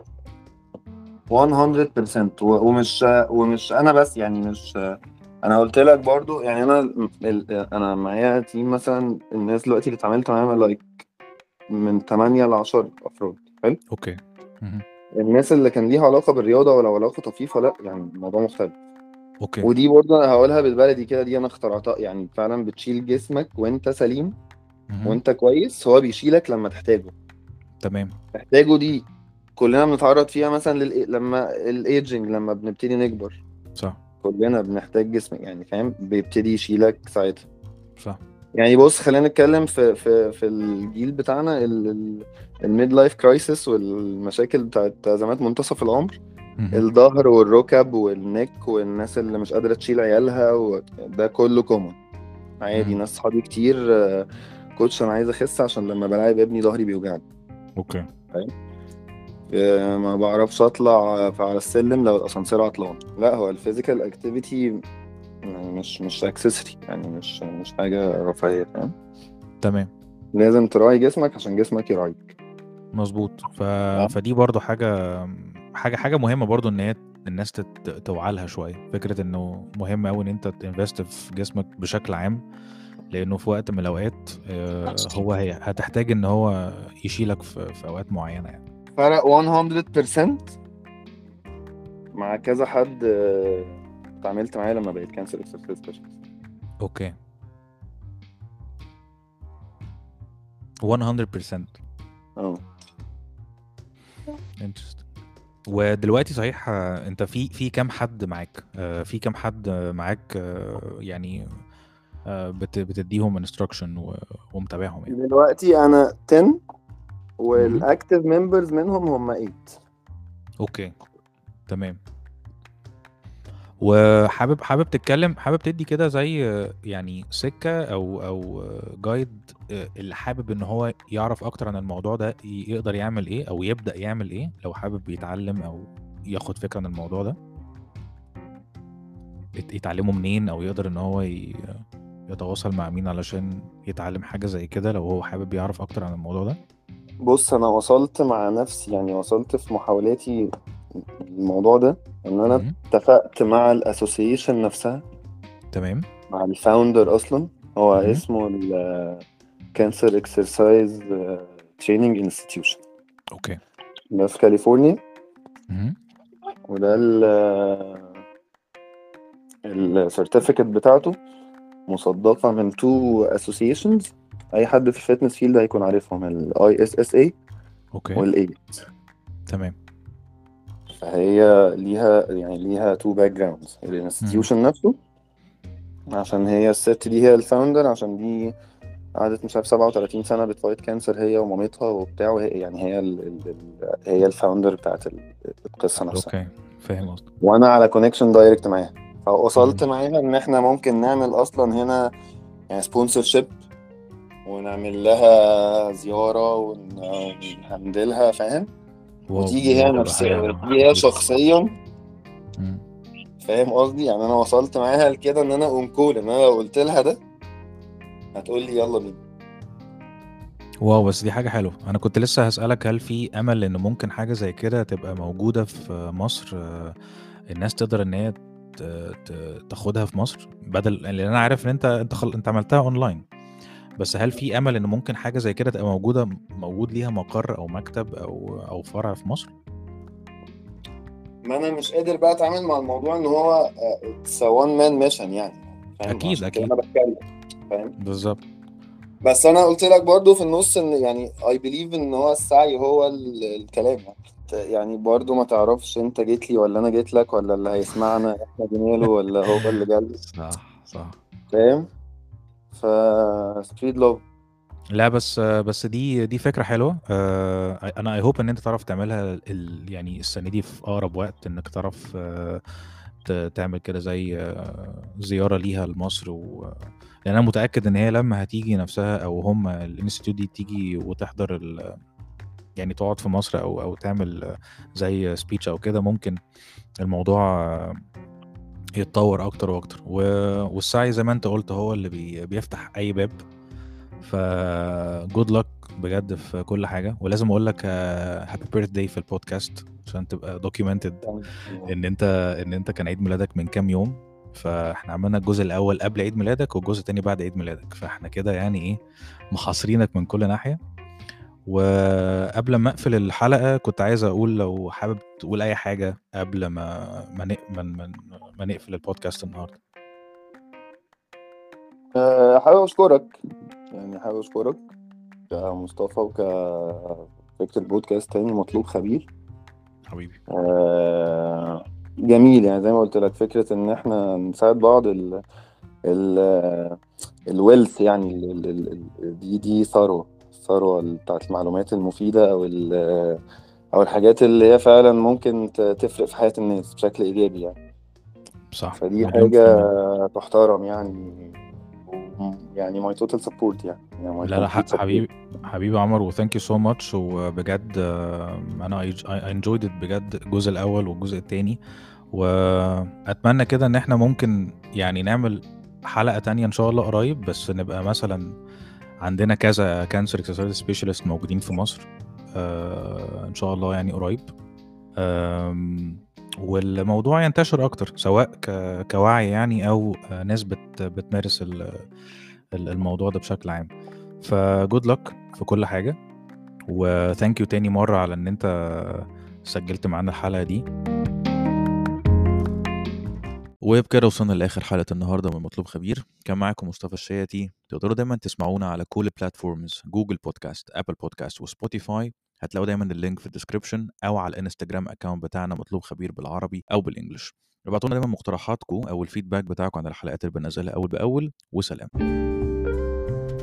مية بالمية. و- ومش ومش انا بس، يعني مش انا قلت لك برضو، يعني انا ال- انا معايا تيم مثلا، الناس دلوقتي اللي اتعاملت معاهم لايك من ثمانية ل عشرة افراد. حلو. اوكي. مهم. الناس اللي كان ليها علاقه بالرياضه ولا علاقه طفيفه لا، يعني الموضوع مختلف. اوكي. ودي برضه انا هقولها بالبلدي كده، دي انا اخترعتها. يعني فعلا بتشيل جسمك وانت سليم مهم. وانت كويس، هو بيشيلك لما تحتاجه. تمام. تحتاجه دي كلنا بنتعرض فيها مثلا لل... لما الايجنج، لما بنبتدي نكبر صح. كلنا بنحتاج جسم، يعني فاهم؟ بيبتدي يشيلك ساعتها. صح. يعني بص خلينا نتكلم في في في الجيل بتاعنا، الميد لايف كرايسيس والمشاكل بتاعت ازمات منتصف العمر، مهم. الظهر والركب والنك والناس اللي مش قادرة تشيل عيالها، وده كله كومن عادي. مهم. ناس صحابي كتير آه، كوتش انا عايز اخس عشان لما بلاعب ابني ظهري بيوجعني. اوكي. فاهم؟ آه، ما بعرفش اطلع على السلم لو الاسانسير عطلان. لا، هو الفيزيكال اكتيفيتي مش مش اكسسوري يعني، مش مش حاجه رفاهيه، فاهم؟ تمام. لازم تراعي جسمك عشان جسمك يراعيك. مظبوط. ف... فاهم؟ فدي برضو حاجة حاجة حاجة مهمة برضو ان هي الناس تت... توعى لها شوية، فكرة انه مهم قوي ان انت تنفست في جسمك بشكل عام، لانه في وقت من الاوقات آه، هو هي هتحتاج ان هو يشيلك في, في اوقات معينة يعني. فرق مية في المية مع كذا حد آه، اتعاملت معاه لما بقيت كانسر اكسرسايز سبيشالست. اوكي. مية في المية. اه. Interesting. ودلوقتي صحيح، آه، انت في في كام حد معاك، آه، في كام حد معاك، آه، يعني آه، بت- بتديهم انستراكشن ومتابعهم يعني. دلوقتي انا عشرة، مهم. والاكتيف ممبرز منهم هم تمانية. اوكي. تمام. وحابب حابب تتكلم، حابب تدي كده زي آه، يعني سكة او او جايد، اللي حابب ان هو يعرف اكتر عن الموضوع ده ي- يقدر يعمل ايه او يبدأ يعمل ايه لو حابب يتعلم او ياخد فكرة عن الموضوع ده، يت- يتعلمه منين، او يقدر ان هو ي- يتواصل مع مين علشان يتعلم حاجة زي كده لو هو حابب يعرف اكتر عن الموضوع ده. بص، انا وصلت مع نفسي يعني، وصلت في محاولاتي الموضوع ده ان انا مهم. اتفقت مع الاسوسيشن نفسها، تمام. مع الفاوندر اصلا. هو مهم. اسمه الكانسر اكسرسايز تريننج انستتيوشن، اوكي. ده في كاليفورنيا. مهم. وده السيرتيفيكت بتاعته مصدقة من تو اسوسيشنز. اي حد في الفتنس فيلد هيكون عارفهم، الاي اس اس اي اوكي. والاي. تمام. فهي ليها يعني ليها تو باك جراوندز. مهم. الانستتيوشن نفسه عشان هي الست دي هي الفاوندر، عشان دي قعدت مش عارف سبعة وتلاتين سنة بتفايت كانسر، هي ومامتها وبتاع، وهي يعني هي ال ال ال هي الفاوندر بتاعت ال- القصة نفسها. اوكي، فاهم قصدك. وانا على كونكشن دايركت معاها، مهم. فوصلت معاها ان احنا ممكن نعمل اصلا هنا يعني سبونسر شيب، ونعمل لها زيارة ون- ونهندلها، فاهم؟ واو، وتيجي دي هي هتبقى نفسها، حاجة وتيجي هي لطيفة. شخصيا. مم. فاهم قصدي؟ يعني انا وصلت معاها لكده ان انا اون كول، ان انا لو قلت لها ده هتقول لي يلا بينا. واو، بس دي حاجة حلوة. أنا كنت لسه هسألك هل في أمل إن ممكن حاجة زي كده تبقى موجودة في مصر، آه، الناس تقدر إن هي ت- ت- تاخدها في مصر، بدل لأن أنا عارف إن أنت أنت خل... أنت عملتها أونلاين، بس هل في أمل إن ممكن حاجة زي كده تبقى موجودة، موجود ليها مقر أو مكتب أو أو فرع في مصر؟ ما انا مش قادر بقى اتعامل مع الموضوع ان هو اتس وان مان ميشن يعني، فاهم؟ أكيد عشان كده انا أكيد. بتكلم، فاهم؟ بالظبط. بس انا قلت لك برضو في النص ان يعني اي بليف ان هو السعي هو ال- الكلام يعني. يعني برضو ما تعرفش انت جيت لي ولا انا جيت لك، ولا اللي هيسمعنا احنا جينا له ولا هو اللي جالي، صح صح. فاهم؟ ف ستريت لوف. لا بس بس دي دي فكرة حلوة. آه، انا اي هوب ان انت تعرف تعملها ال يعني السنة دي في اقرب وقت، انك تعرف آه، ت- تعمل كده زي آه، زيارة ليها لمصر، و لان انا متأكد ان هي لما هتيجي نفسها او هم الانستيتيوت دي تيجي وتحضر ال يعني تقعد في مصر او او تعمل آه، زي سبيتش او كده، ممكن الموضوع آه، يتطور اكتر واكتر، و- والسعي زي ما انت قلت هو اللي بي بيفتح اي باب. ف جود لك بجد في كل حاجه. ولازم اقول لك هابي بيرث داي في البودكاست عشان تبقى دوكيومنتد ان انت ان انت كان عيد ميلادك من كام يوم، فاحنا عملنا الجزء الاول قبل عيد ميلادك والجزء التاني بعد عيد ميلادك، فاحنا كده يعني ايه محاصرينك من كل ناحيه. وقبل ما اقفل الحلقه كنت عايز اقول لو حابب تقول اي حاجه قبل ما ما نق- ما ما- ما نقفل البودكاست النهارده. أه، حابب اشكرك، يعني حابب اشكرك كمصطفى وكفكرة البودكاست تاني مطلوب خبير. حبيبي. أه، جميل يعني، زي ما قلت لك فكرة ان احنا نساعد بعض. ال ال الويلث يعني ال ال ال دي دي ثروة، الثروة بتاعت المعلومات المفيدة، او ال او الحاجات اللي هي فعلا ممكن ت- تفرق في حياة الناس بشكل ايجابي يعني. صح، فدي مليون في حاجة المية. تحترم يعني. يعني my total support يعني, يعني my لا لا complete ح- support. حبيبي حبيبي عمر، وثانك يو سو ماتش. وبجد آه، انا اي انجويد بجد الجزء الاول والجزء التاني، واتمنى كده ان احنا ممكن يعني نعمل حلقة تانية ان شاء الله قريب، بس نبقى مثلا عندنا كذا كانسر اكسسوارز سبيشالست موجودين في مصر آه، ان شاء الله يعني قريب. آم، والموضوع ينتشر اكتر، سواء ك- كوعي يعني او آه، ناس بت بتمارس ال- ال- الموضوع ده بشكل عام. فجود لك في كل حاجة، وثانك يو تاني مرة على ان انت سجلت معانا الحلقة دي. وبكده وصلنا لاخر حلقه النهارده من مطلوب خبير. كان معاكم مصطفى الشياتي. تقدروا دايما تسمعونا على كل البلاتفورمز، جوجل بودكاست، ابل بودكاست، وسبوتيفاي. هتلاقوا دايما اللينك في الديسكربشن، او على الانستجرام اكونت بتاعنا مطلوب خبير بالعربي او بالانجلش. ابعتوا لنا دايما مقترحاتكم او الفيدباك بتاعكم عن الحلقات اللي بنزلها اول باول. وسلام.